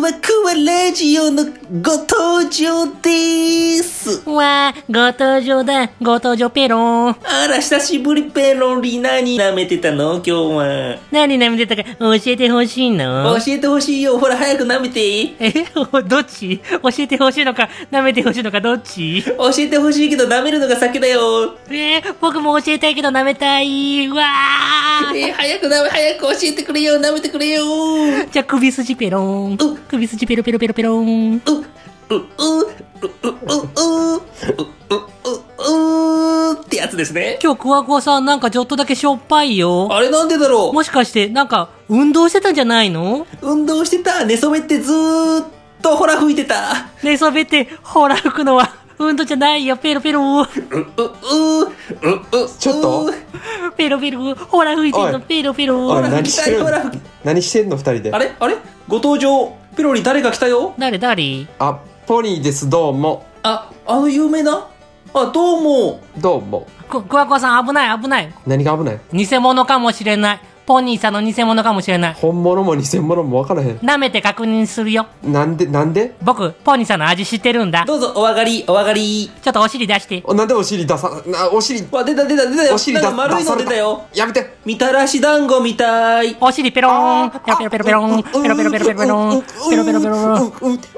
クワクワラジオのご登場です。 わー、ご登場だ。ご登場ペロン。 あら、久しぶりペロリ。何舐めてたの今日は。 何舐めてたか教えてほしいの？ 教えてほしいよ。ほら、早く舐めて。 どっち？教えてほしいのか、舐めてほしいのか、どっち？ 教えてほしいけど舐めるのが先だよ。 僕も教えたいけど舐めたい。わー。 早く教えてくれよ。舐めてくれよ。 じゃあ、首筋ペロン。首筋ペロペロペロペロン。 ってやつですね。 今日クワクワさんなんかちょっとだけしょっぱいよ。 あれなんでだろう。 もしかしてなんか運動してたんじゃないの？ 運動してた。寝そべってずーっとほら吹いてた。 寝そべってほら吹くのは運動じゃないよ。ペロペロ。 ちょっとペロペロ。ほら吹いてんの。ペロペロ。 おい何してんの二人で。 あれご登場。ペロリ誰が来たよ。 誰？ あ、ポニーです。どうも。 あの有名な。どうも。 どうも。 クワクワさん危ない。 何が危ない？ 偽物かもしれない。ポニーさんの偽物かもしれない。 本物も偽物も分からへん。 舐めて確認するよ。 なんで？ 僕ポニーさんの味知ってるんだ。 どうぞお上がり。 ちょっとお尻出して。 なんでお尻出さお尻。 わ、出たよ。 お尻なんか丸いの出たよ。 やめて。 みたらし団子みたい。 お尻ペローン。ペロペロペロン。ペロペロペロペロペロン。ペロペロペロ。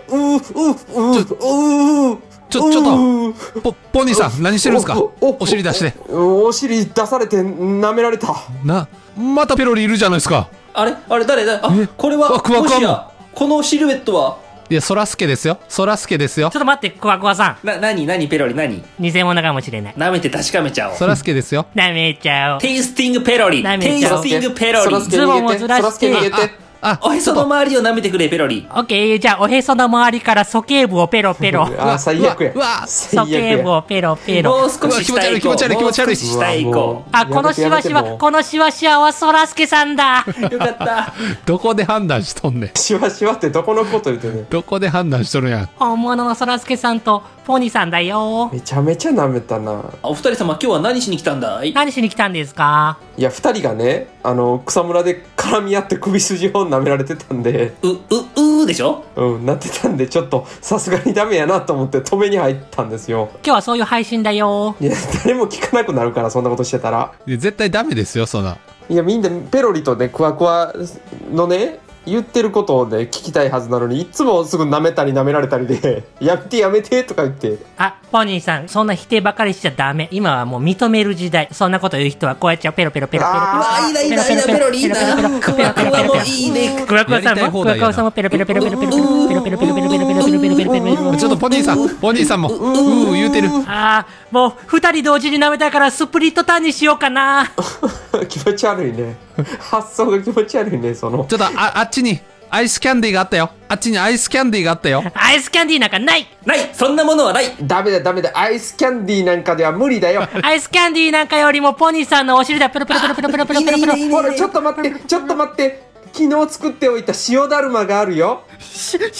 ちょっとポニーさん何してるんですか？お尻出して。 お尻出されて舐められた。 またペロリいるじゃないですか。 あれ誰だ。これはクワクワももしやこのシルエットは。 いや、そらすけですよ。 ちょっと待って、クワクワさん。 何ペロリ何。 偽物かもしれない。 舐めて確かめちゃおう。 そらすけですよ。 舐めちゃおう。 テイスティングペロリ。 舐めちゃおう。 ズボンをずらして。 おへその周りを舐めてくれペロリ。 オッケー。じゃあおへその周りから鼠径部をペロペロ。 最悪や。 鼠径部をペロペロ。 もう少し下行こう。 気持ち悪い。 下行こう。 このシワシワはそらすけさんだ。 よかった。 どこで判断しとんねん。 シワってどこのこと言ってんねん。 どこで判断しとるんや。 本物のそらすけさんとポニーさんだよ。 めちゃめちゃ舐めたな。 お二人様今日は何しに来たんだい？ 何しに来たんですか？ いや、二人がね、草むらで絡み合って首筋を舐められてたんで、 でしょ？ なってたんで、ちょっとさすがにダメやなと思って止めに入ったんですよ。 今日はそういう配信だよ。 いや、誰も聞かなくなるから、そんなことしてたら。 いや、絶対ダメですよ、そんな。 いや、みんなペロリとね、クワクワのね、言ってることをね、聞きたいはずなのに、いつもすぐ舐めたり舐められたりでやめてとか言って。 ポニーさん、そんな否定ばかりしちゃダメ。今はもう認める時代。そんなこと言う人はこうやっちゃう。ペロペロペロペロペロ。 いいなペロリいいな。クワクワもいいね。 クワクワさんもペロペロペロペロペロペロペロペロペロペロペロペロペロペロペロペロ。 ちょっとポニーさんも言うてる。 もう二人同時に舐めたからスプリットターンにしようかな。 気持ち悪いね。発想が気持ち悪いね。 ちょっとあっちにアイスキャンディーがあったよ。 アイスキャンディーなんかないそんなものはない。 ダメだ。アイスキャンディーなんかでは無理だよ。 アイスキャンディーなんかよりもポニーさんのお尻だ。ペロペロペロペロペロペロペロペロ。 ほら、ちょっと待って。昨日作っておいた塩だるまがあるよ。 塩だる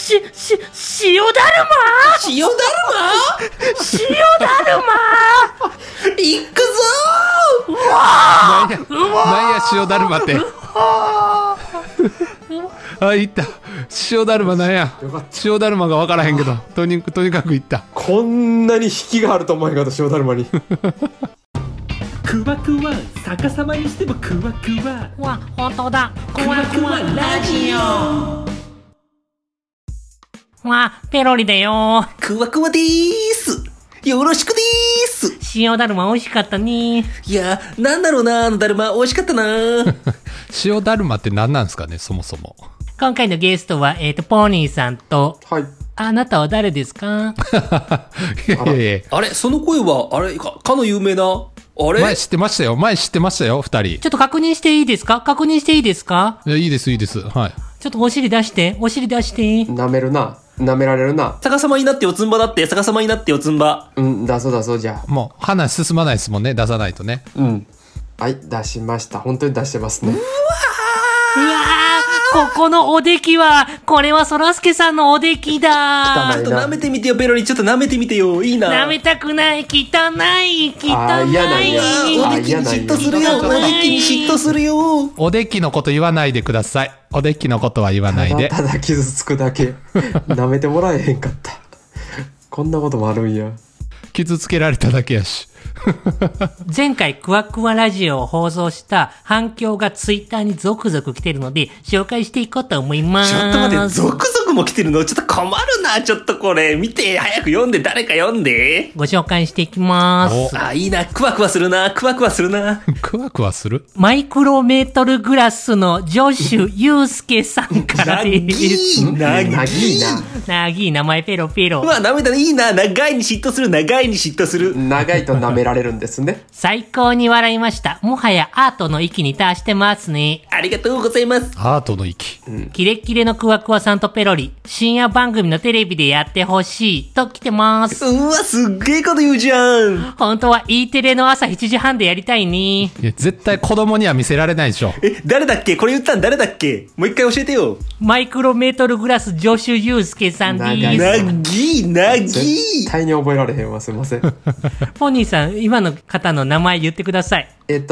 ま行くぞなんや塩だるまって。いった。塩だるまなんや。塩だるまが分からへんけど、とにかくいった。 こんなに引きがあると思えんかった、塩だるまに。 クワクワ逆さまにしてもクワクワ。 本当だ。 クワクワラジオ。 ペロリだよ。 クワクワでーす。よろしくでーす。 塩だるま美味しかったね。 いや、なんだろうな、だるま美味しかったな。 塩だるまって何なんですかね、そもそも。 今回のゲストはポニーさんと。 はい。 あなたは誰ですか？ あれ、その声はかの有名な。 前知ってましたよ、二人。 ちょっと確認していいですか？ いや、いいです。はい。 ちょっとお尻出して。 舐めるな。舐められるな。 逆さまになって四つんば。出そうじゃあ。 もう話進まないですもんね、出さないとね。 はい、出しました。本当に出してますね。 うわここのおできは、これはそらすけさんのおできだ。 汚いちょっと舐めてみてよ、ペロリ。ちょっと舐めてみてよ。いいな。 舐めたくない。汚い。汚あー嫌なんい。 やおできに嫉妬するよ。おできに嫉妬するよ。 おできのこと言わないでください。おできのことは言わないで。 ただ傷つくだけ。舐めてもらえへんかった。こんなこともあるんや。 傷つけられただけやし。 前回クワクワラジオを放送した反響がツイッターに続々来てるので紹介していこうと思います。 ちょっと待って、続々も来てるの？ちょっと困るな。ちょっとこれ、見て。早く読んで。誰か読んで。 ご紹介していきます。 おあ、いいな。クワクワするな。クワクワするな。 クワクワする？ マイクロメートルグラスのジョシュユウスケさんからなぎです。 ー。なぎなぎいな。 なぎい名前ペロペロう。わ、舐めたね。いいな。長いに嫉妬する。長いに嫉妬する。 長いと舐められるんですね。 最高に笑いました。もはやアートの域に達してますね。 ありがとうございます。 アートの息。 キレッキレのクワクワさんとペロリ、深夜番組のテレビでやってほしいと来てます。 うわ、すっげえこと言うじゃん。 本当は E テレの朝7時半でやりたいね。 いや、絶対子供には見せられないでしょ。 誰だっけ？これ言ったん誰だっけ？もう一回教えてよ。 マイクロメートルグラスジョシュユウスケさんで長いす。 なぎー、なぎ絶ー。 対に覚えられへんわ。すいません。 ポニーさん、今の方の名前言ってください。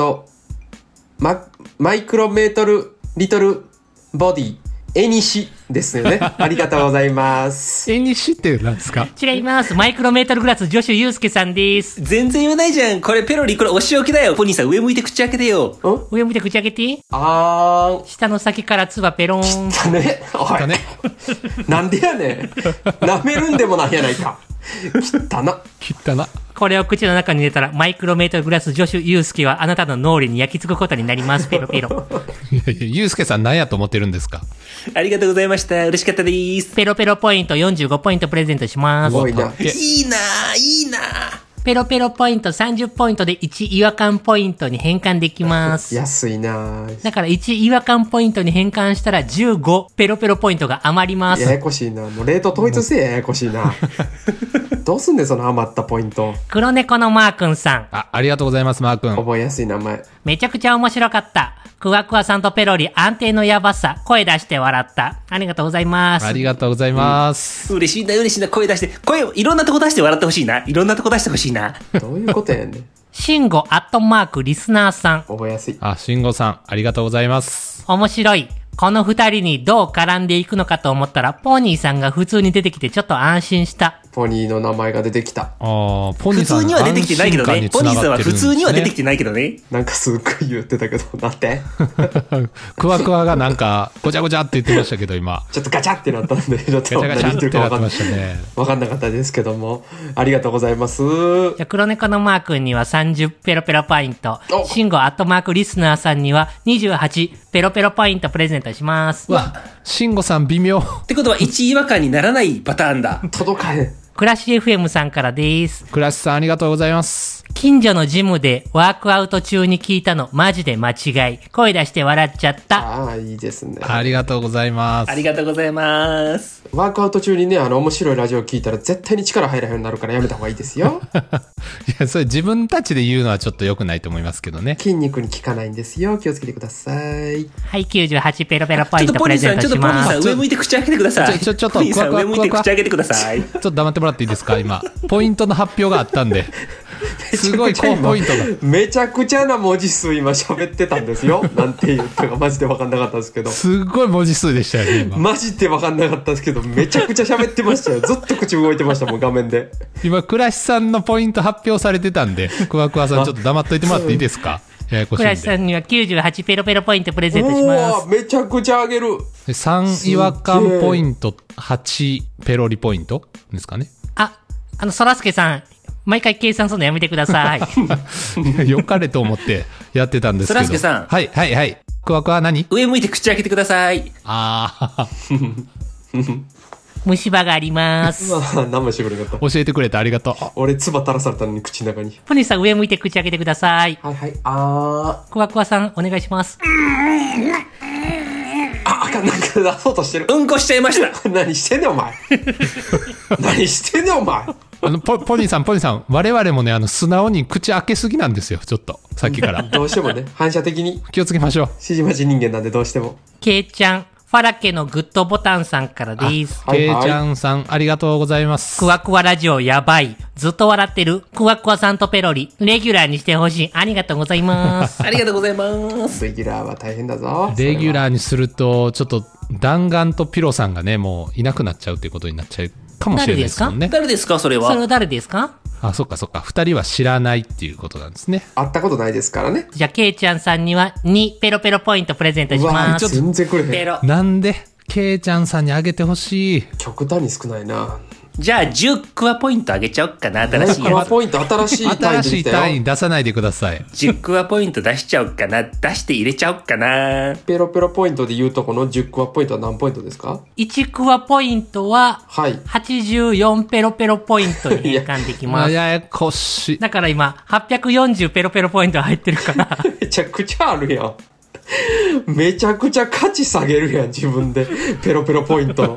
マイクロメートルリトルボディエニシですよね。ありがとうございます。 絵にしって何ですか？ 違います。マイクロメートルグラスジョシュユウスケさんです。 全然言わないじゃん。これペロリ、これお仕置きだよ。ポニーさん、上向いて口開けてよ。 上向いて口開けて。 あ下の先からつばペローン。 ーね。おいだね。 なんでやねん。舐めるんでもないやないか。汚な。 切ったな。 これを口の中に入れたら、マイクロメートルグラスジョシュユウスケはあなたの脳裏に焼き付くことになります。ペロペロ。 いやいや、ゆうすけさん何やと思ってるんですか？ ありがとうございました。嬉しかったです。 ペロペロポイント45ポイントプレゼントしますす。ごいな。 えいいなぁ、いいなぁ。 ペロペロポイント30ポイントで1違和感ポイントに変換できます。 安いな。 だから1違和感ポイントに変換したら15ペロペロポイントが余ります。 ややこしいな。もう冷凍統一せえややこしいな。どうすんねんその余ったポイント。 黒猫のマー君さん。 ありがとうございます、マー君。 覚えやすい名前。 めちゃくちゃ面白かった。クワクワさんとペロリ安定のやばさ。声出して笑った。ありがとうございます。 ありがとうございます。 嬉しいな、嬉しいな。声出して。声をいろんなとこ出して笑ってほしいな。いろんなとこ出してほしいな。 どういうことやねん。 シンゴアットマークリスナーさん。 覚えやすい。 慎吾さん、ありがとうございます。 面白い。この二人にどう絡んでいくのかと思ったら、ポニーさんが普通に出てきてちょっと安心した。 ポニーの名前が出てきた。 ポニ普ーさん通には出てきてないけどね。ポニーさんは普通には出てきててないけどね。 なんかすっごい言ってたけど、なんてクワクワがなんか、ごちゃごちゃって言ってましたけど、今。 ちょっとガチャってなったんで、ちょっとガチャガチャ何言ってるかってなってましたね。 わかんなかったですけども、ありがとうございます。 じゃあ黒猫のマー君には30ペロペロポイント。 おシンゴアットマークリスナーさんには28ペロペロポイントプレゼントします。 慎吾さん微妙。 ってことは1違和感にならないパターンだ。 届かへん。 クラシ FM さんからです。 クラシさんありがとうございます。 近所のジムでワークアウト中に聞いたのマジで間違い。声出して笑っちゃった。 ああ、いいですね。 ありがとうございます。 ありがとうございます。 ワークアウト中にね、面白いラジオ聞いたら絶対に力入らへんようになるからやめた方がいいですよ。 いや、それ自分たちで言うのはちょっと良くないと思いますけどね。 筋肉に効かないんですよ。気をつけてください。 はい、98ペロペロポインちょっとトプレゼンポニーさん、ちょっとトします。 ポニーさん、上向いて口開けてください。 ちょっとポニーさん、 クワクワ上向いて口開けてください。 ちょっと黙ってもらっていいですか、今。ポイントの発表があったんで。すごい高ポイントが。 めちゃくちゃな文字数今喋ってたんですよ。なんて言ったかマジで分かんなかったんですけど。 すごい文字数でしたよね、今。 マジで分かんなかったんですけど、めちゃくちゃ喋ってましたよ。ずっと口動いてましたもん、画面で。 今、倉石さんのポイント発表されてたんで、クワクワさんちょっと黙っといてもらっていいですか。ややこしいんクラシさで。 んには98ペロペロポイントプレゼントします。 おー、めちゃくちゃ上げる。 で3違和感ポイント、8ペロリポイントですかね。 そらすけさん、毎回計算するのやめてください。 よかれと思ってやってたんですけど。 そらすけさんはい、はい、はい。クワクワ何？ 上向いて口開けてください。 虫歯があります。 何もしてくれなかった。 教えてくれてありがとう。 俺、唾垂らされたのに口の中に。 ポニーさん上向いて口開けてください。 はいはい、あクワクワさん、お願いします。 あかん、なんか出そうとしてる。 うんこしちゃいました。 何してんねん、お前。何してんねん、お前。 ポニーさん、我々もね、素直に口開けすぎなんですよ、ちょっと。さっきから。 どうしてもね、反射的に。 気をつけましょう。 指示待ち人間なんでどうしても。 ケイちゃん、 ファラケのグッドボタンさんからです。 はいはいけいちゃんさん、ありがとうございます。 クワクワラジオやばい。ずっと笑ってる。クワクワさんとペロリ。レギュラーにしてほしい。ありがとうございます。 ありがとうございます。 レギュラーは大変だぞ。 レギュラーにすると、ちょっと弾丸とピロさんがね、もういなくなっちゃうということになっちゃうかもしれないですもんね。 誰ですかそれは。 それは誰ですか？ あ、そっかそっか。二人は知らないっていうことなんですね。 会ったことないですからね。 じゃあ、ケイちゃんさんには2ペロペロポイントプレゼントしうわます。 全然くれへん。 ペロ。 なんで、けいちゃんさんにあげてほしい。 極端に少ないな。 じゃあ、10クワポイントあげちゃおっかな、新しいクワやつ。 ポイント新しい単新しい位できたよ。 単位出さないでください。 10クワポイント出しちゃおっかな。出して入れちゃおっかな。 ペロペロポイントで言うとこの10クワポイントは何ポイントですか？ 1クワポイントは、 はい。 84ペロペロポイントに変換できます。 ややこしい。 だから今、840ペロペロポイント入ってるから。 めちゃくちゃあるやん。めちゃくちゃ価値下げるやん、自分で。ペロペロポイントの。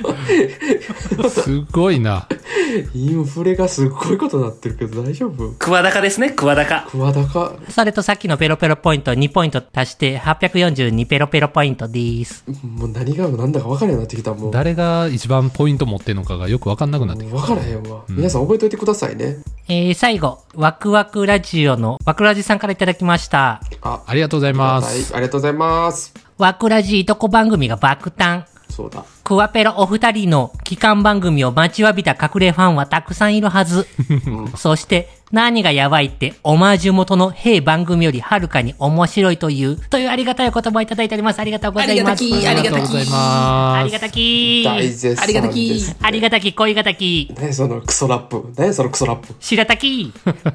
すごいな。 インフレがすっごいことになってるけど大丈夫？ クワ高ですね、クワ高。 クワ高。 それとさっきのペロペロポイント2ポイント足して842ペロペロポイントです。 もう何が何だか分からんようになってきた。もう。 誰が一番ポイント持ってるのかがよくわかんなくなってきた。 分からへんわ。皆さん覚えておいてくださいね。 最後、ワクワクラジオのワクラジさんからいただきました。 あありがとうございまはい、 す。 ありがとうございます。 ワクラジいとこ番組が爆誕。 そうだ。 クワペロお二人の期間番組を待ちわびた隠れファンはたくさんいるはず。そして、何がやばいって、オマージュ元の平番組よりはるかに面白いというありがたいお言葉をいただいております。ありがとうございます。 ありがたきありがとうございます。 ありがたき大絶賛ありがたきです。 ありがたき、恋がたき、 何そのクソラップ。何そのクソラップ。 白たき、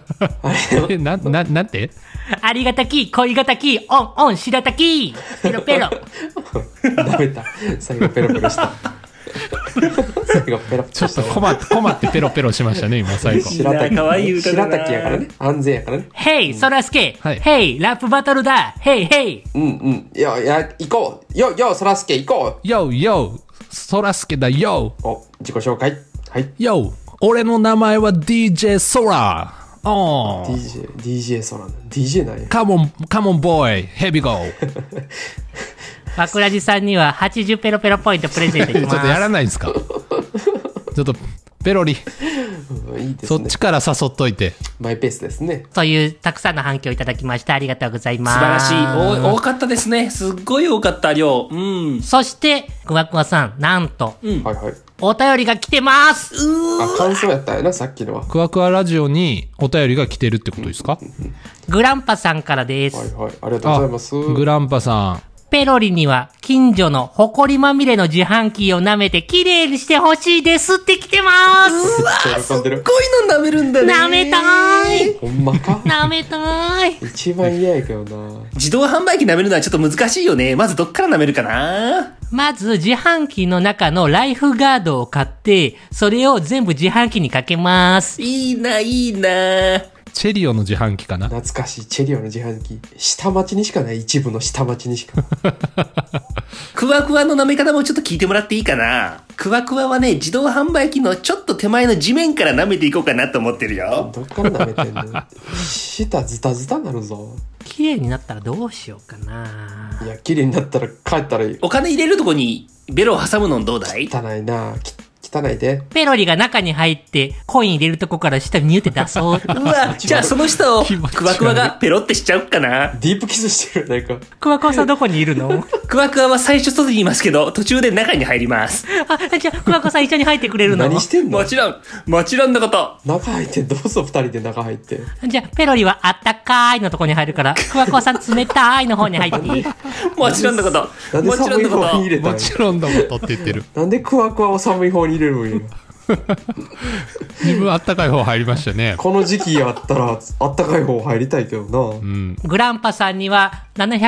なんてありがたき、恋がたき、オン、白たき、ペロペロ。 ダメだ。最後ペロペロした。最後ペロペちょっとロした。 困ってペロペロしましたね、今最後。 白滝。 可愛い歌だな白滝やからね。安全やからね。 ヘイ、そらすけ、 はいヘイ、ラップバトルだ、ヘイ、ヘイ。 うんうん。いや、行こう。よ、そらすけ行こよよ、そらすけだよ。 う。お、自己紹介。はい。 よ、俺の名前は DJ ソラ。おー。 DJ ソラン。DJ なんや。 カモンボーイ、ヘビゴー。 ワクラジさんには80ペロペロポイントプレゼントします。 ちょっとやらないんですかちょっと、ペロリ、 うんいいですねそっち。から誘っといて。 マイペースですね。 というたくさんの反響いただきました。ありがとうございます。 素晴らしい。多かったですね。すっごい多かった量。うん。 そして、クワクワさん、なんと、 はいはい。 お便りが来てますあ、感想やったんやな、さっきのは。 クワクワラジオにお便りが来てるってことですか？ グランパさんからです。 はいはい。ありがとうございます。 グランパさん。 ペロリには近所のホコリまみれの自販機を舐めてきれいにしてほしいですって来てますめっちゃ喜んでる。 こういうの舐めるんだね。 舐めたーいほんまか舐めたーい一番嫌やけどな。 自動販売機舐めるのはちょっと難しいよね。まずどっから舐めるかな。 まず自販機の中のライフガードを買って、それを全部自販機にかけます。 いいな、いいな。 チェリオの自販機かな。 懐かしいチェリオの自販機。下町にしかない、一部の下町にしか。 クワクワの舐め方もちょっと聞いてもらっていいかな。クワクワはね、自動販売機のちょっと手前の地面から舐めていこうかなと思ってるよ。 どっから舐めてんの舌ズタズタなるぞ。 綺麗になったらどうしようかな。 いや、綺麗になったら帰ったらお金入れるとこにベロを挟むのどうだい？ 汚いな。汚いで。 ペロリが中に入ってコイン入れるとこから下にニュって出そう。 うわ、じゃあその下を気持ち悪いクワクワがペロってしちゃうかな。 ディープキスしてるなんか。 クワクワさんどこにいるの？ クワクワは最初外にいますけど、途中で中に入ります。 あ、じゃあクワクワさん一緒に入ってくれるの？ 何してんの？ もちろんのこと。 中入ってどうぞ二人で中入って。 じゃあペロリはあったかいのとこに入るから、クワクワさん冷たいの方に入っていい？ もちろんのこと。 なんでもちろ寒い方んのこと。 に入れたんや。 もちろんのことって言ってる。 なんでクワクワを寒い方に入れるんや。 自分あったかい方入りましたね。 この時期やったらあったかい方入りたいけどな。 うん。 グランパさんには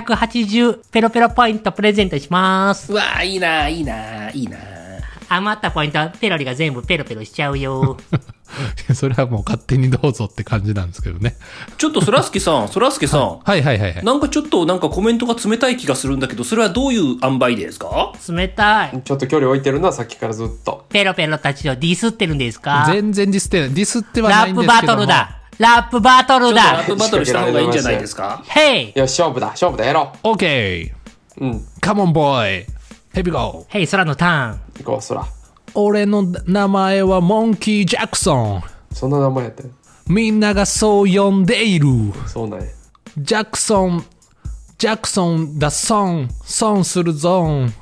780ペロペロポイントプレゼントします。 うわ、いいな、いいな、いいな。 余ったポイントはペロリが全部ペロペロしちゃうよ。 それはもう勝手にどうぞって感じなんですけどね。 ちょっとそらすけさん、 はいはいはいはい。 なんかちょっとなんかコメントが冷たい気がするんだけど、それはどういう塩梅ですか？ 冷たい。 ちょっと距離置いてるな、さっきからずっと。 ペロペロたちをディスってるんですか？ 全然ディスってない。ディスってはラップないんですけども。 バトルだ。ラップバトルだちょっとラッ。プバトルした方がいいんじゃないですか？ ヘイ。 よし、勝負だやろオーケー。 う。うん。 カモンボーイ。 Here we go. ヘイ、空のターン。 行こう、そら。 俺の名前はモンキー・ジャクソン。 そんな名前やったよ。 みんながそう呼んでいる。 そうなんや。 ジャクソンだ損するゾーン。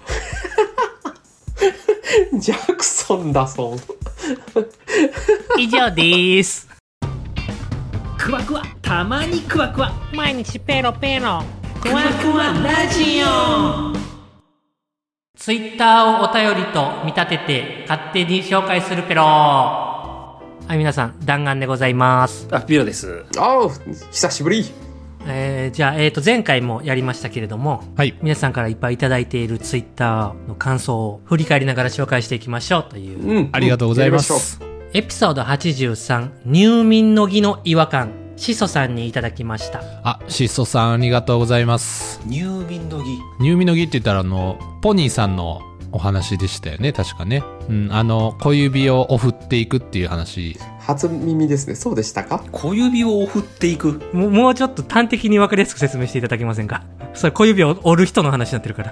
ジャクソンだそう。 以上です。 クワクワ、たまにクワクワ。 毎日ペロペロ。 クワクワラジオ。 ツイッターをお便りと見立てて勝手に紹介するペロ。はい、皆さん、弾丸でございます。 あ、ピロです。 ああ、久しぶり。 じゃあ、前回もやりましたけれども、 はい。 皆さんからいっぱいいただいているツイッターの感想を振り返りながら紹介していきましょうという。 うん。 ありがとうございまやす。 エピソード83、入眠の儀の違和感、シソさんにいただきました。 あ、シソさんありがとうございます。 入眠の儀。 入眠の儀って言ったらポニーさんのお話でしたよね、確かね。うん、小指をお振っていくっていう話。 初耳ですね。そうでしたか？ 小指を振っていく。 もうちょっと端的に分かりやすく説明していただけませんか？それ小指を折る人の話になってるから。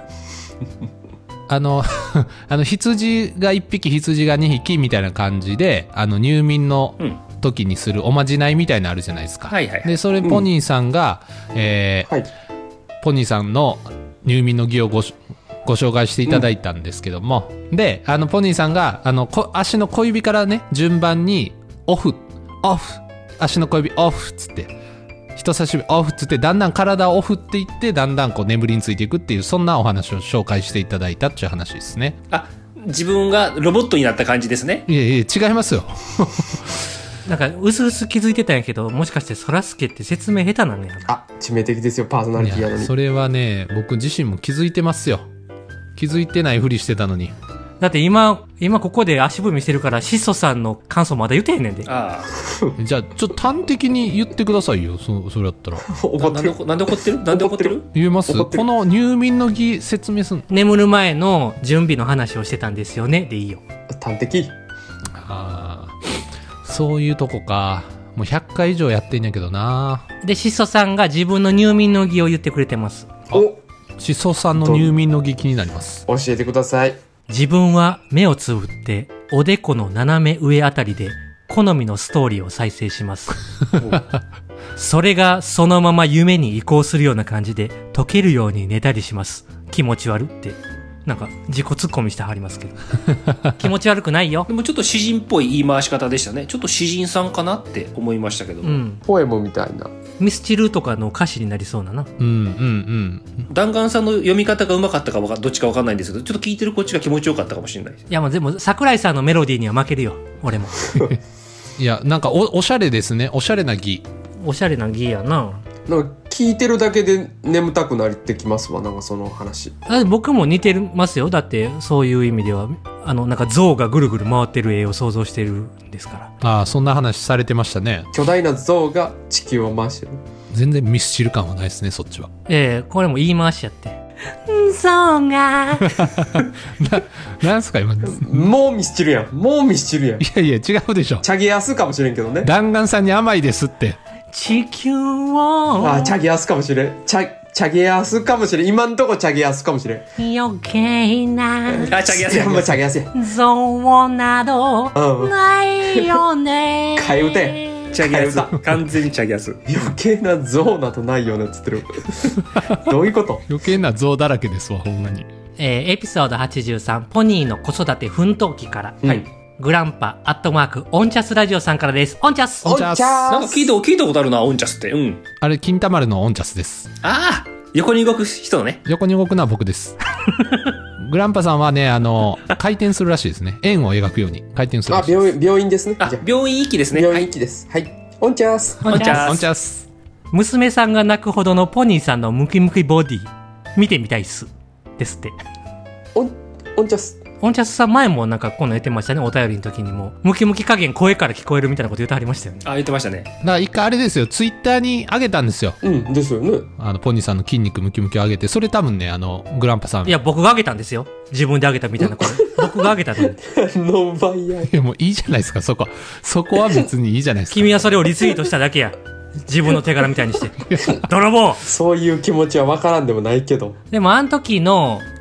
羊が1匹、羊が2匹みたいな感じで、入眠の時にするおまじないみたいなのあるじゃないですか。 はいはい。 で、それポニーさんが、 はい。 ポニーさんの入眠の儀をご紹介していただいたんですけども、で、ポニーさんが、足の小指からね、順番に、オフ、足の小指オフっつって、人差し指オフっつって、だんだん体をオフっていって、だんだんこう眠りについていくっていう、そんなお話を紹介していただいたっていう話ですね。 あ、自分がロボットになった感じですね。 いえいえ、違いますよ。 なんか、うすうす気づいてたんやけど、もしかしてそらすけって説明下手なのやな。 あ、致命的ですよ、パーソナリティやのに。 それはね、僕自身も気づいてますよ。気づいてないふりしてたのに。 だって今ここで足踏みしてるから、シソさんの感想まだ言ってへんねんで。 あじゃあ、ちょっと端的に言ってくださいよ、それだったら。 怒ってる。 なんで怒ってる？なんで怒ってる？ 言えます？ 怒ってるこの入眠の儀説明すんの？ 眠る前の準備の話をしてたんですよね、でいいよ。 端的。 ああ、そういうとこか。もう100回以上やってんやけどな。 で、シソさんが自分の入眠の儀を言ってくれてます。 お、 しそさんの入眠の儀気になります。 教えてください。 自分は目をつぶっておでこの斜め上あたりで好みのストーリーを再生します。それがそのまま夢に移行するような感じで溶けるように寝たりします。気持ち悪ってなんか自己ツッコミしてはりますけど。気持ち悪くないよ。 でもちょっと詩人っぽい言い回し方でしたね。ちょっと詩人さんかなって思いましたけど。 うん。 ポエムみたいな。 ミスチルとかの歌詞になりそうなな。 弾丸さんの読み方がうまかったかどっちか分かんないんですけど、ちょっと聞いてるこっちが気持ちよかったかもしれないです。 いやもうでも桜井さんのメロディーには負けるよ、俺も。 いや、なんかおしゃれですね。おしゃれな儀。 おしゃれなギやな。 なんか聞いてるだけで眠たくなってきますわ、なんかその話。 僕も似てますよ。だってそういう意味ではなんか象がぐるぐる回ってる絵を想像してるんですから。 ああ、そんな話されてましたね。 巨大な象が地球を回してる。 全然ミスチル感はないですね、そっちは。 これも言い回しやって。象が。 なんすか今。 もうミスチルやん。もうミスチルやん。 いやいや、違うでしょ。 チャゲアスかもしれんけどね。 弾丸さんに甘いですって。 地球を。 あ、チャゲアスかもしれん。チャゲアスかもしれん。今んとこチャゲアスかもしれん。 余計な。 あ、チャゲやすい。 もうチャゲアスや。 象など、 うんないよね。 替え歌や。 チャゲやす。完全にチャゲやす。 余計な象などないよねっつってる。どういうこと？ 余計な象だらけですわ、ほんまに。 エピソード83、ポニーの子育て奮闘記から。 はい。 グランパ、オンチャスラジオさんからです。オンチャス。 オンチャス。 なんか聞いたことあるな、オンチャスって。うん。 あれ、金玉丸のオンチャスです。 ああ、横に動く人のね。 横に動くのは僕です。グランパさんはね、回転するらしいですね。円を描くように回転するらしいです。 病院ですね。 あ、病院行きですね。 病院行きです。はい。オンチャス。 オンチャス。 オンチャス。 娘さんが泣くほどのポニーさんのムキムキボディ、見てみたいっす。ですって。 オンチャス。 オンチャスさん前もなんかこんなん言ってましたね。お便りの時にも。ムキムキ加減声から聞こえるみたいなこと言ってはりましたよね。 あ、言ってましたね。 だから一回あれですよ、ツイッターに上げたんですよ。 うんですよね。 ポニーさんの筋肉ムキムキを上げて、それ多分ね、グランパさん。 いや、僕が上げたんですよ。自分で上げたみたいな声。僕が上げたのに。 ノーバイヤー。 いや、もういいじゃないですか、そこは別にいいじゃないですか。 君はそれをリツイートしただけや。自分の手柄みたいにして。泥棒。 そういう気持ちはわからんでもないけど。 でもあの時の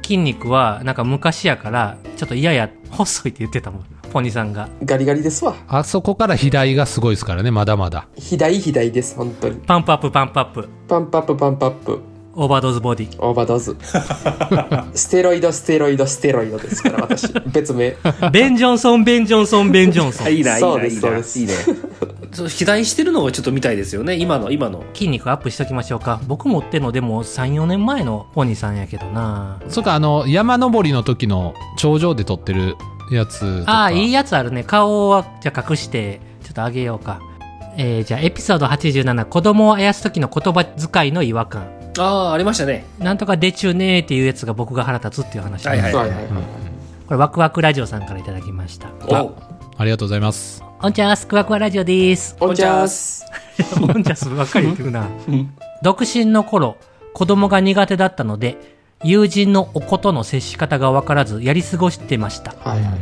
筋肉はなんか昔やからちょっと嫌や細いって言ってたもんポニーさんが。 ガリガリですわ。 あそこから肥大がすごいですからね、まだまだ。 肥大です本当に。 パンプアップパンプアップパンプアップパンプアップ。 オーバードーズボディ。 オーバードーズ。ステロイドですから私。別名。 ベン・ジョンソンベン・ジョンソンベン・ジョンソン。 いいな、いいな、 そうでいいな。 すそうですいいね。そう肥大してるのをちょっと見たいですよね。今の。 筋肉アップしときましょうか。僕持ってんのでも 3,4 年前のポニーさんやけどな。 そっか、山登りの時の頂上で撮ってるやつとか。 ああ、いいやつあるね。顔はじゃあ隠してちょっとあげようか。じゃあエピソード87、子供をあやす時の言葉遣いの違和感。 ああ、ありましたね。 なんとかでちゅねーっていうやつが僕が腹立つっていう話、 はいはいはいはいはい。 これワクワクラジオさんからいただきましたおありがとうございます。 オンチャースクワクワラジオですオンチャース。 オンチャースばっかり言ってるな独身の頃子供が苦手だったので友人のお子との接し方が分からずやり過ごしてました。 はいはい。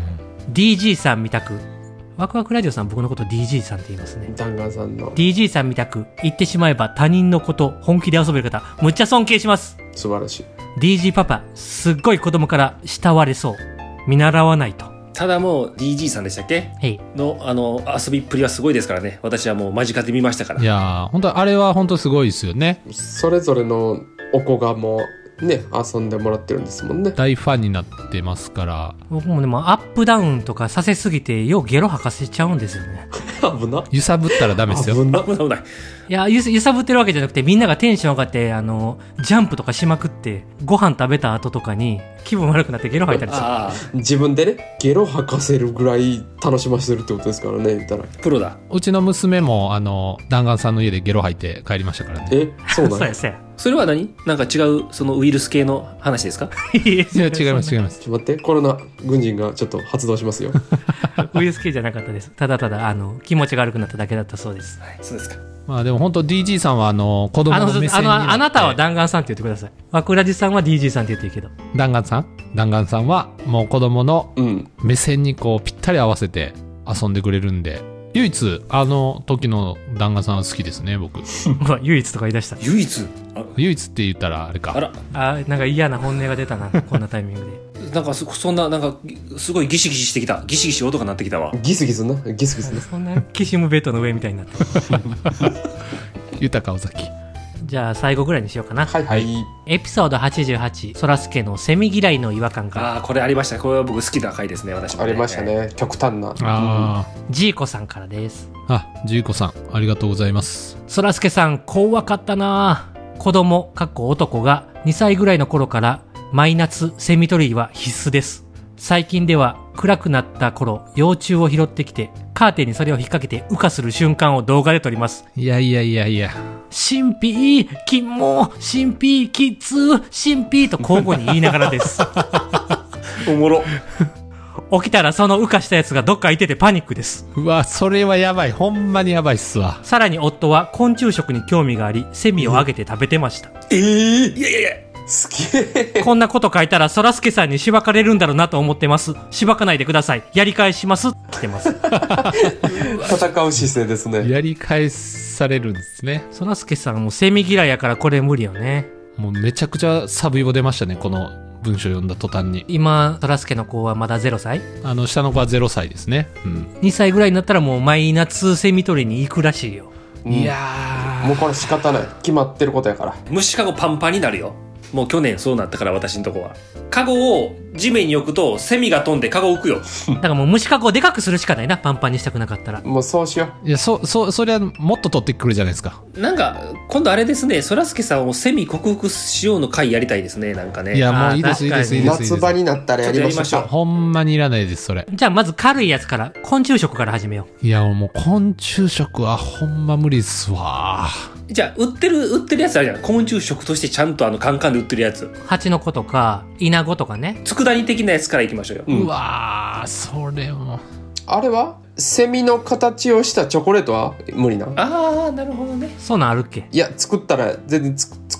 DG さんみたく、ワクワクラジオさん僕のこと DG さんって言いますね。 弾丸さんの DG さんみたく言ってしまえば他人のこと本気で遊べる方むっちゃ尊敬します。 素晴らしい。 DG パパすっごい子供から慕われそう。見習わないと。 ただもう DG さんでしたっけへい。 の遊びっぷりはすごいですからね。私はもう間近で見ましたから。 いやー、本当あれは本当すごいですよね。 それぞれのお子がもうね遊んでもらってるんですもんね。 大ファンになってますから。 僕もでもアップダウンとかさせすぎてようゲロ吐かせちゃうんですよね。 危な。 揺さぶったらダメですよ。 危な。 危ない危ない。 いや、揺さぶってるわけじゃなくてみんながテンション上がってジャンプとかしまくってご飯食べた後とかに気分悪くなってゲロ吐いたりする。 ああ、 自分でねゲロ吐かせるぐらい楽しませてるってことですからね言ったら。 プロだ。 うちの娘も弾丸さんの家でゲロ吐いて帰りましたからね。 えそうなんや。 そうやそうや。 それは何なんか違う、そのウイルス系の話ですか？ いや違います違います。 ちょっと待って、コロナ軍人がちょっと発動しますよ。 ウイルス系じゃなかったです。ただただ気持ちが悪くなっただけだったそうです。 はい、そうですか。 まあでも本当 DG さんは子供の目線になってあなたは弾丸さんって言ってください。ワクラジさんは DG さんって言っていいけど。 弾丸さんはもう子供のうん。 目線にこうぴったり合わせて遊んでくれるんで、唯一時の弾丸さんは好きですね僕。 うわ唯一とか言い出した。 唯一。 唯一って言ったらあれか。 あら、 なんか嫌な本音が出たなこんなタイミングで。 なんかそんな、なんか、すごいギシギシしてきた。ギシギシ音が鳴ってきたわ。 ギスギスなギスギスな。 そんなキシムベッドの上みたいになって豊か尾崎。 じゃあ最後ぐらいにしようかな。 はいはい。 エピソード88、そらすけのセミ嫌いの違和感から。 ああ、これありました。これは僕好きな回ですね、私も、 ありました。ね。極端な。 あジーコさんからです。 ジーコさんありがとうございます。 そらすけさん、怖かったな。子供、男が2歳ぐらいの頃からマイナスセミ取りは必須です。最近では暗くなった頃、幼虫を拾ってきて、カーテンにそれを引っ掛けて羽化する瞬間を動画で撮ります。 いや。 神秘、キモ、神秘、キツ、神秘と交互に言いながらです。 おもろ。 起きたらその羽化したやつがどっかいててパニックです。 うわ、それはやばい。ほんまにやばいっすわ。 さらに夫は昆虫食に興味があり、セミをあげて食べてました。 いや。 好き。 こんなこと書いたらそらすけさんにしばかれるんだろうなと思ってます。しばかないでください。やり返します。来てます。 戦う姿勢ですね。 やり返されるんですね。 そらすけさんもセミ嫌いやからこれ無理よね。 もうめちゃくちゃサブイボ出ましたね、この文章読んだ途端に。 今、そらすけの子はまだ0歳？ 下の子は0歳ですね。 2歳ぐらいになったらもうマイナスセミ取りに行くらしいよ。 いやもうこれ仕方ない。決まってることやから。 虫かごパンパンになるよ。もう去年そうなったから私のとこは。カゴを地面に置くとセミが飛んでカゴ浮くよ。 だからもう虫かごをでかくするしかないな、パンパンにしたくなかったら。 もうそうしよいや、そりゃもっと取ってくるじゃないですか。 なんか、今度あれですね、そらすけさんをセミ克服しようの回やりたいですね、なんかね。 いや、もういいです、いいです、いいです。 夏場になったらやりましょう。 ほんまにいらないです、それ。 じゃあまず軽いやつから、昆虫食から始めよう。 いや、もう昆虫食はほんま無理っすわ。 じゃあ、売ってるやつあるじゃん。昆虫食としてちゃんとカンカンで売ってるやつ。 蜂の子とか、イナゴとかね。 佃煮的なやつからいきましょうよ。 うわー、それも。 あれはセミの形をしたチョコレートは無理な。 あー、なるほどね。 そんなんあるっけ？ いや作ったら全然作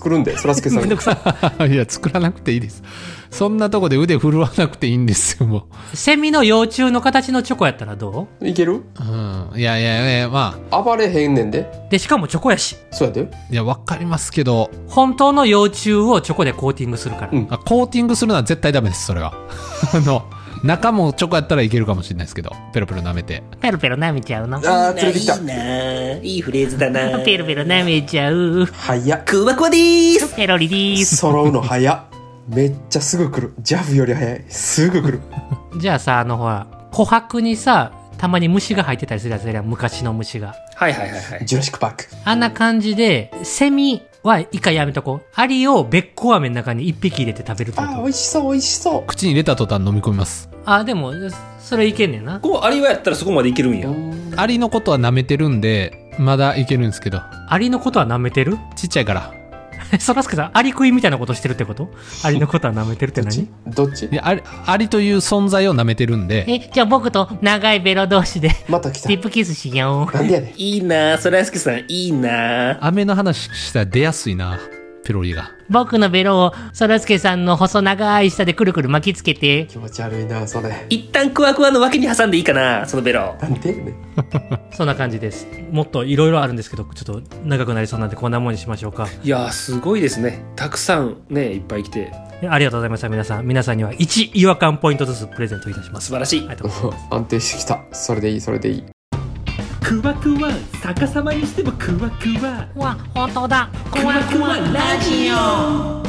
作るんで、そらすけさんが。 いや、作らなくていいです。そんなとこで腕振るわなくていいんですよ、もセミの幼虫の形のチョコやったらどいける？ う。うん。いや、ま暴れへんねんで。 う？で、しかもチョコやし。 そうやで。 あ、いや、わかりますけど、 本当の幼虫をチョコでコーティングするから。 うんコーティングするのは絶対ダメです、それは。中もチョコやったらいけるかもしれないですけど、ペロペロ舐めて。 ペロペロ舐めちゃうの。 あー、連れてきた。 いいないいフレーズだな。 ペロペロ舐めちゃう。 早っ。 クワクワでーす。 ペロリでーす。 揃うの早っ。めっちゃすぐ来る。ジャブより早い。すぐ来る。 じゃあさ、ほら、琥珀にさ、たまに虫が入ってたりするやつやん、昔の虫が。 はいはいはいはい。 ジュラシックパーク。 あんな感じで、セミは一回やめとこう。アリをべっこ飴の中に一匹入れて食べるってこあー、 と。 美味しそう、美味しそう。 口に入れた途端飲み込みます。 あ、でも、それいけんねんな。 こう、アリはやったらそこまでいけるんや。 アリのことは舐めてるんで、まだいけるんですけど、 アリのことは舐めてる？ ちっちゃいから。 そらすけさん、アリ食いみたいなことしてるってこと？アリのことは舐めてるって何？ どっち？ いや、アリという存在を舐めてるんで、 じゃあ僕と長いベロ同士で、 また来たリ。ップキスしよう。 なんでやねん。 いいなそらすけさん、いいな飴の話したら出やすいな、ペロリが。 僕のベロを、そらすけさんの細長い舌でくるくる巻きつけて。 気持ち悪いな、それ。 一旦クワクワの脇に挟んでいいかな、そのベロ。 なんでやねん。 そんな感じです。もっといろいろあるんですけど、ちょっと長くなりそうなんでこんなもんにしましょうか。 いやー、すごいですね。たくさんね、いっぱい来て。 ありがとうございました、皆さん。皆さんには1違和感ポイントずつプレゼントいたします。 素晴らしいあり。がとうございます。 安定してきた。それでいい、それでいい。 クワクワ、逆さまにしてもクワクワ。 うわ、本当だ。 クワクワラジオ。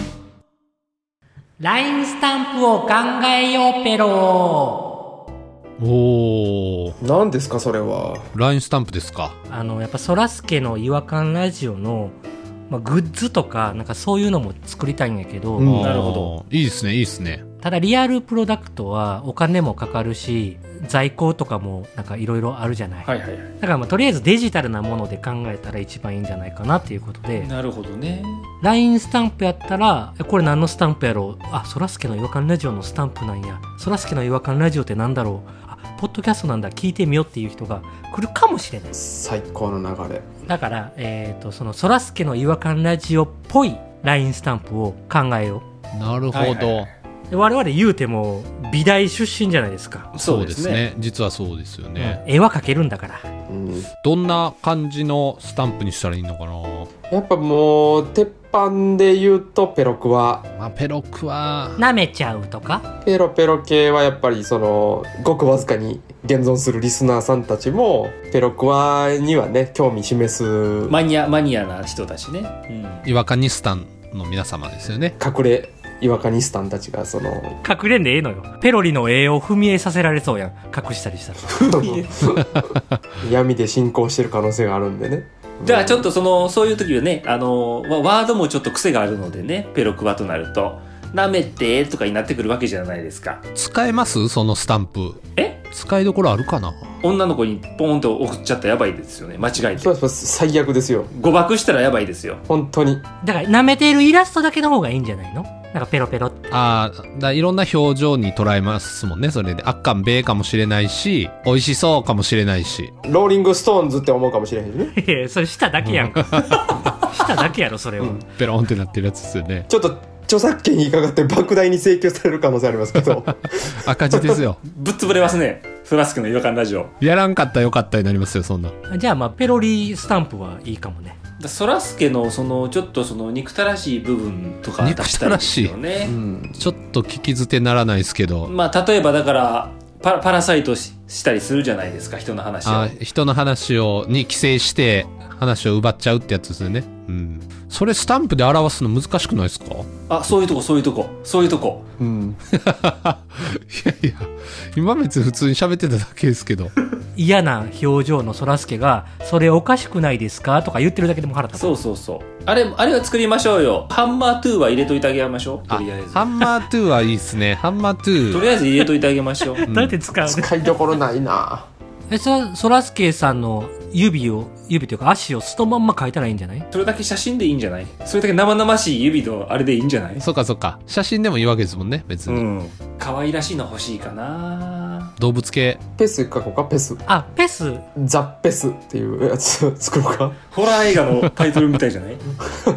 LINE スタンプを考えようペロ。 おー、 何ですか、それは。 ラインスタンプですか。 やっぱそらすけの違和感ラジオの、グッズとか、なんかそういうのも作りたいんやけど、 うんなるほど。 いいですね、いいですね。 ただリアルプロダクトはお金もかかるし、在庫とかもなんかいろいろあるじゃない。 はいはいはい。 だからとりあえずデジタルなもので考えたら一番いいんじゃないかなっていうことで、 なるほどね。 LINE スタンプやったら、これ何のスタンプやろう、あ、そらすけの違和感ラジオのスタンプなんや、そらすけの違和感ラジオってなんだろう、あ、ポッドキャストなんだ、聞いてみようっていう人が来るかもしれない。 最高の流れ。 だから、そのそらすけの違和感ラジオっぽい LINE スタンプを考えよなるほど、 はいはいはい。 う。で我々言うても美大出身じゃないですか。 そうですね。実はそうですよね。 絵は描けるんだから。 うん。 どんな感じのスタンプにしたらいいのかな。 やっぱもう、鉄板で言うとペロクワ。 まあ、ペロクは、 舐めちゃうとか。 ペロペロ系はやっぱりその、ごくわずかに現存するリスナーさんたちも、ペロクワにはね、興味示す、 マニアな人たちね。うん。 違和感ニスタンの皆様ですよね。 隠れ違和感ニスタンたちがその、 隠れんでええのよ。ペロリの絵を踏み絵させられそうやん。隠したりしたら。 闇で進行してる可能性があるんでね。 じゃあちょっとそういう時はね、ワードもちょっと癖があるのでね、ペロクワとなると、舐めてとかになってくるわけじゃないですか。 使えますそのスタンプ。使いどころあるかな。 女の子にポーンと送っちゃったらやばいですよね。間違えて。 そうです、最悪ですよ。 誤爆したらやばいですよ。 本当に。 だから舐めているイラストだけの方がいいんじゃないの？なんかペロペロって。 いろんな表情に捉えますもんね。それで、あっかんべーかもしれないし、美味しそうかもしれないし。 ローリングストーンズって思うかもしれへんね。 いやそれ舌だけやんか。舌だけやろ、それは。 ペロンってなってるやつですよね。 ちょっと、著作権にかかって莫大に請求される可能性ありますけど。 赤字ですよ。 ぶっ潰れますね。フラスクの違和感ラジオ。 やらんかったらよかったになりますよ、そんな。 じゃあペロリスタンプはいいかもね。 そらすけのちょっと憎たらしい部分とか出したいですよね。 ちょっと聞き捨てならないですけど。 まあ例えばだからパラサイトしたりするじゃないですか、人の話を。 人の話に寄生して話を奪っちゃうってやつですよね。うん。それスタンプで表すの難しくないですか？ そういうとこ。 うん。 いやいや、今別に普通に喋ってただけですけど。 嫌な表情のそらすけが、それおかしくないですかとか言ってるだけでも腹立つ。 そう。あれは作りましょうよ。ハンマー2は入れといてあげましょう。とりあえず。 ハンマー2はいいっすね。ハンマー2。 とりあえず入れといてあげましょう。 どうやって使うの？ 使いどころないな。 そらすけさんの指というか足をそのまんま描いたらいいんじゃない？ それだけ写真でいいんじゃない？それだけ生々しい指のあれでいいんじゃない？ そっか。写真でもいいわけですもんね、別に。 可愛らしいの欲しいかな。 動物系。 ペス書こうか、ペス。 ペス。 ザ・ペスっていうやつ作ろうか。 ホラー映画のタイトルみたいじゃない？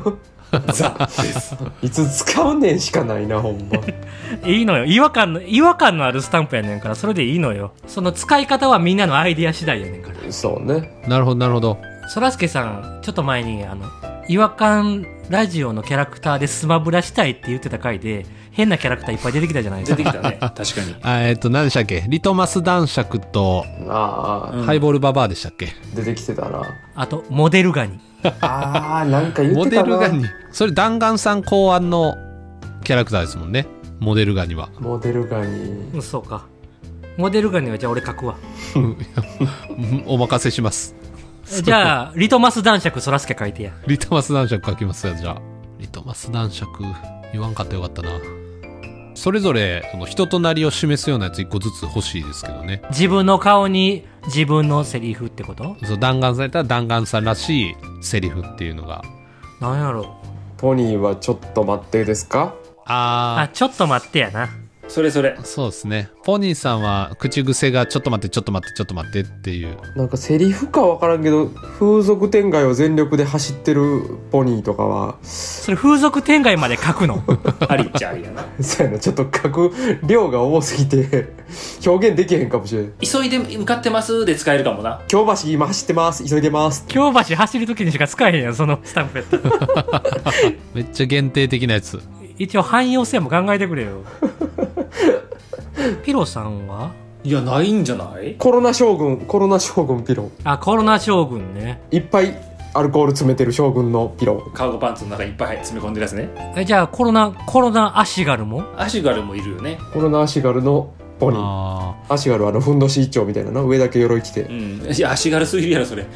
いつ使うねんしかないなほんま。 いいのよ。違和感のあるスタンプやねんから、それでいいのよ。その使い方はみんなのアイディア次第やねんから。 そうね。 なるほどなるほど。 そらすけさん、ちょっと前に、違和感ラジオのキャラクターでスマブラしたいって言ってた回で、変なキャラクターいっぱい出てきたじゃないですか。 出てきたね。確かに。 何でしたっけ、リトマス男爵と、ハイボールババアでしたっけ。 出てきてたな。 あと、モデルガニ。 なんか言モってたな。 デルガニ。それ弾丸さん考案のキャラクターですもんね。モデルガニは。 モデルガニ。 うん、そうか。モデルガニはじゃあ俺書くわ。 お任せします。 じゃあ、リトマス男爵そらすけ書いてや。 リトマス男爵書きますよ、じゃあ。リトマス男爵、言わんかったらよかったな。それぞれ、その人となりを示すようなやつ一個ずつ欲しいですけどね。 自分の顔に自分のセリフってこと？ そう、弾丸されたら弾丸さんらしいセリフっていうのが。 なんやろ。 ポニーはちょっと待ってですか？ ちょっと待ってやな。 それ。 そうですね。ポニーさんは口癖がちょっと待ってちょっと待ってちょっと待ってっていう。 なんかセリフかわからんけど、風俗天外を全力で走ってるポニーとかは、 それ風俗天外まで書くの？ ありっちゃありやな。 そうやな、ちょっと書く量が多すぎて表現できへんかもしれん。 急いで向かってますで使えるかもな。 京橋今走ってます、急いでます。 京橋走る時にしか使えへんやん、そのスタンプやったら。 めっちゃ限定的なやつ。 一応汎用性も考えてくれよ。ピロさんは？ いや、ないんじゃない？ コロナ将軍ピロ。 コロナ将軍ね。 いっぱいアルコール詰めてる将軍のピロ。 カーゴパンツの中にいっぱい詰め込んでるやつね。 じゃあコロナアシガルも？ アシュガルもいるよね。 コロナアシガルのポニー。アシガルはふんどし一丁みたいな上だけ鎧着て。 うん。いや、アシガルすぎるやろ、それ。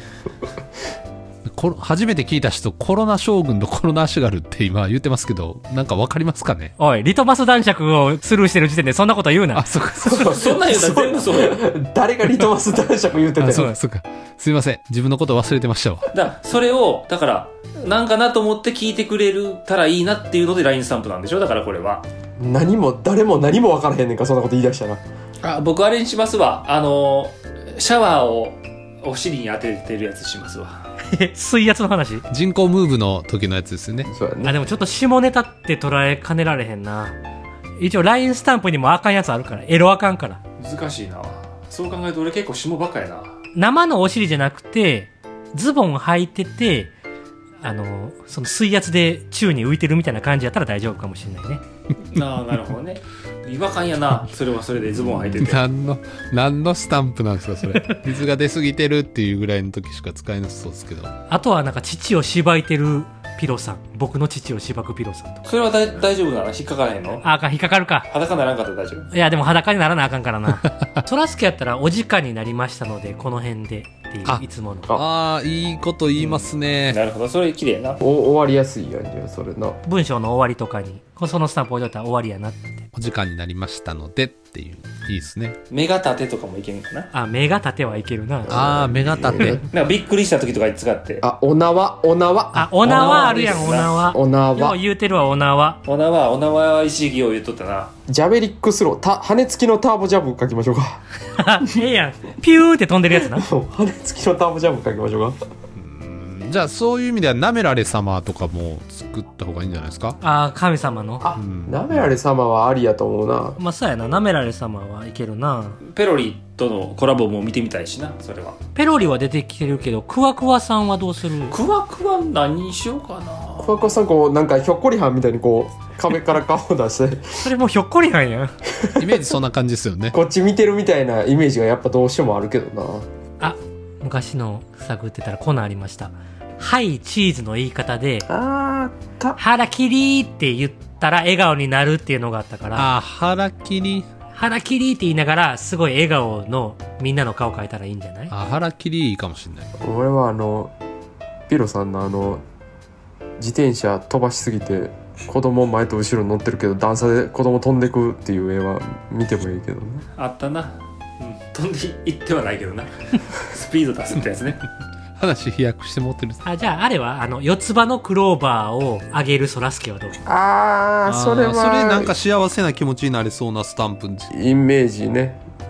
初めて聞いた人、コロナ将軍とコロナアシュガルって今言ってますけど、なんかわかりますかね？ おい、リトマス男爵をスルーしてる時点でそんなこと言うな。 そうか。 そんなん言うたら全部そうや。 誰がリトマス男爵言ってたそうか。すいません。自分のこと忘れてましたわ。 それを、だから、なんかなと思って聞いてくれるたらいいなっていうので LINE スタンプなんでしょ？だからこれは。 誰も何も分からへんねんか、そんなこと言い出したら。 僕あれにしますわ。シャワーをお尻に当ててるやつしますわ。 水圧の話？ 人工ムーブの時のやつですよね。 そうやね。 でもちょっと下ネタって捉えかねられへんな。一応 LINE スタンプにもあかんやつあるから。エロあかんから。 難しいな。そう考えると俺結構下ばっかやな。 生のお尻じゃなくて、ズボン履いてて、その水圧で宙に浮いてるみたいな感じやったら大丈夫かもしれないね。 なるほどね。違和感やな。それはそれでズボン履いてて。 何のスタンプなんですかそれ。水が出過ぎてるっていうぐらいの時しか使えなさそうですけど。 あとはなんか父をしばいてるピロさん。僕の父をしばくピロさんとか。 それは大丈夫なの？引っかからへんの？ 引っかかるか。 裸ならんかったら大丈夫。 いやでも裸にならなあかんからな。そらすけやったらお時間になりましたのでこの辺でっていういつもの。 いいこと言いますね。 なるほど、それ綺麗な。 終わりやすいやんじゃそれな。 文章の終わりとかにそのスタンプ置いといたら終わりやなって。 お時間になりましたのでっていう。いいですね。 目が立てとかもいけるかな。 目が立てはいけるな。 目が立て。 なんかびっくりした時とかに使って。 お縄。 お縄あるやん、お縄。 お縄。 よう言うてるわ、お縄。 お縄一時を言っとったな。 ジャベリックスロー、羽根付きのターボジャブ書きましょうか。 ええやん。ピューって飛んでるやつな。 羽根付きのターボジャブ書きましょうか。 じゃあそういう意味ではなめられ様とかも作った方がいいんじゃないですか？ 神様の。 なめられ様はありやと思うな。 まあそうやな、なめられ様はいけるな。 ペロリとのコラボも見てみたいしな、それは。 ペロリは出てきてるけど、クワクワさんはどうする？ クワクワ何にしようかな。 クワクワさんなんかひょっこりはんみたいに壁から顔を出してそれもうひょっこりはんやん。 イメージそんな感じですよね。 こっち見てるみたいなイメージがやっぱどうしてもあるけどな。 昔の探ってたらコーナーありました。はいチーズの言い方で腹切りって言ったら笑顔になるっていうのがあったから、 腹切りって言いながらすごい笑顔のみんなの顔描いたらいいんじゃない？ 腹切りいいかもしれない。 俺はピロさんの自転車飛ばしすぎて子供前と後ろに乗ってるけど段差で子供飛んでくっていう絵は見てもいいけどね。 あったな。飛んでいってはないけどな。スピード出すってやつね。 話飛躍して持ってる。 じゃああれは四つ葉のクローバーをあげるそらすけはどう？ それはそれなんか幸せな気持ちになれそうなスタンプ。 イメージね。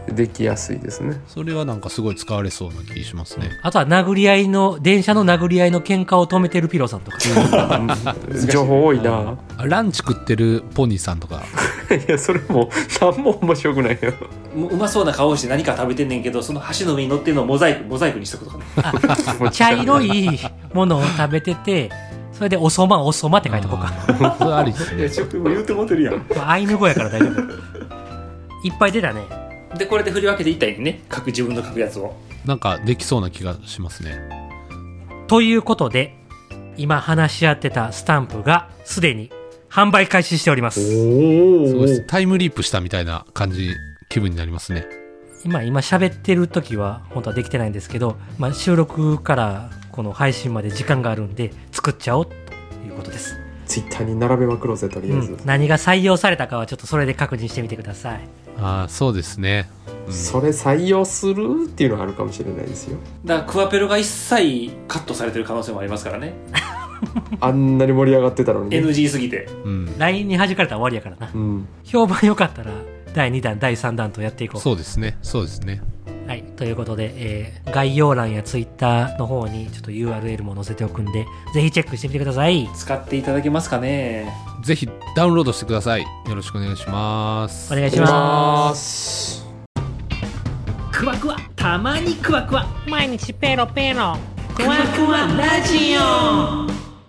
できやすいですね。 それはなんかすごい使われそうな気しますね。 あとは電車の殴り合いの喧嘩を止めてるピロさんとか。 情報多いな。 ランチ食ってるポニーさんとか。 いやそれも何も面白くないよ。 うまそうな顔して何か食べてんねんけど、その箸の上に乗ってるのをモザイクにしとくとかね。 茶色いものを食べてて、それでおそまって書いとこうか。 それありですね。 ちょっと言うてもてるやん。 アイヌ語やから大丈夫。いっぱい出たね。 でこれで振り分けていったらいいね、自分の書くやつを。 なんかできそうな気がしますね。 ということで、今話し合ってたスタンプがすでに販売開始しております。 すごいです。タイムリープしたみたいな気分になりますね。 今喋ってる時は本当はできてないんですけど、収録からこの配信まで時間があるんで作っちゃおうということです。 ツイッターに並べまくろうぜとりあえず、 何が採用されたかはちょっとそれで確認してみてください。 ああそうですね、 それ採用するっていうのがあるかもしれないですよ。 だからクワペロが一切カットされてる可能性もありますからね。 あんなに盛り上がってたのに、ね、 NG すぎて、 LINE に弾かれたら終わりやからな、評判良かったら第2弾第3弾とやっていこう。 そうですね。 はい、ということで、概要欄やツイッターの方にちょっと URL も載せておくんで、ぜひチェックしてみてください。 使っていただけますかね。 ぜひダウンロードしてください。よろしくお願いします。 お願いします。 クワクワ、たまにクワクワ、 毎日ペロペロ、 クワクワラジオ。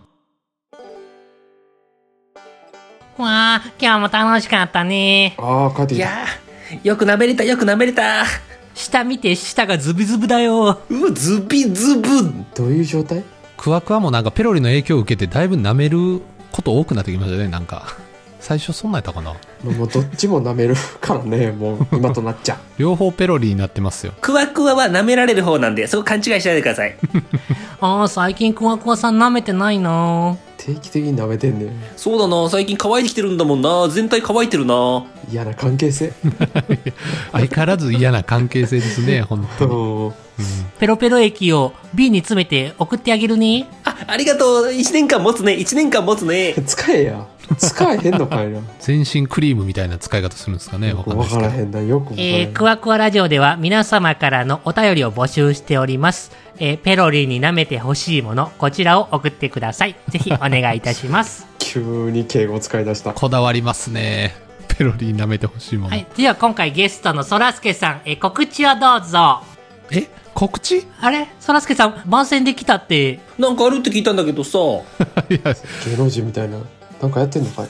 わあ、今日も楽しかったね。 帰ってきた。 いやー、よく舐めれた。 下見て、下がズブズブだよ。 うわ、ズビズブ。 どういう状態？ クワクワもなんかペロリの影響を受けてだいぶ舐めること多くなってきましたね。なんか最初そんなんやったかな。 もうどっちも舐めるからね、もう今となっちゃう。 両方ペロリになってますよ。 クワクワは舐められる方なんで、そこ勘違いしないでください。 最近クワクワさん舐めてないな。 定期的に舐めてんねん。 そうだな、最近乾いてきてるんだもんな。全体乾いてるな。 嫌な関係性。 相変わらず嫌な関係性ですね、本当に。 ペロペロ液を瓶に詰めて送ってあげるね。 ありがとう。1年間持つね。 使えや。使えへんのかいな。 全身クリームみたいな使い方するんですかね。わからへんな。よくわからへん。 クワクワラジオでは皆様からのお便りを募集しております。ペロリに舐めてほしいもの、こちらを送ってください。ぜひお願いいたします。 急に敬語を使い出した。 こだわりますね。ペロリに舐めてほしいもの。 はい。では今回ゲストのそらすけさん、告知をどうぞ。 告知？ あれそらすけさん、番宣できたって。 なんかあるって聞いたんだけどさ。 芸能人みたいな。なんかやってんのかい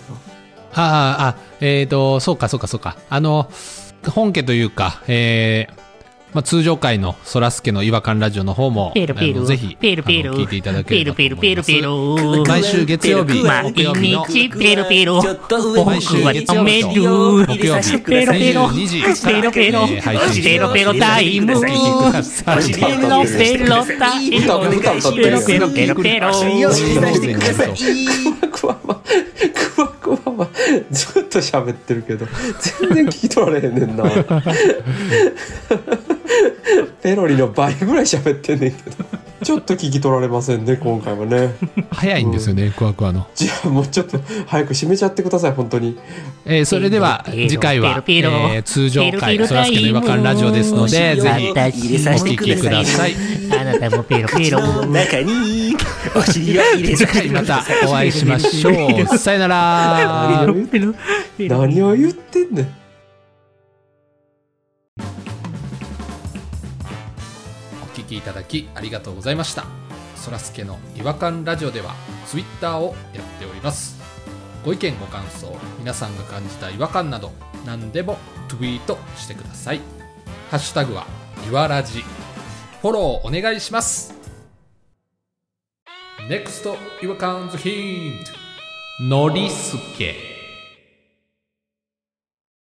な。そうか。本家というか、通常回のそらすけの違和感ラジオの方も、ぜひ聞いていただければと思います。毎週月曜日、木曜日の毎週月曜日と木曜日22時から配信してペロタイム、ペロペロタイム、ペロペロペロ。 クワはずっと喋ってるけど全然聞き取られへんねんな。ペロリの倍ぐらい喋ってんねんけどちょっと聞き取られませんね今回はね。 早いんですよね、クワクワの。 じゃあもうちょっと早く締めちゃってください本当に。 それでは次回は、通常回そらすけの違和感ラジオですので、ぜひお聞きください。 あなたもペロペロ中にお尻を入れ次回またお会いしましょう。さよなら。 何を言ってんねん。 お聞きいただきありがとうございました。そらすけの違和感ラジオではツイッターをやっております。ご意見ご感想、皆さんが感じた違和感など何でもツイートしてください。ハッシュタグはいわらじ。フォローお願いします。 NEXT 違和感ズヒント、ノリスケ。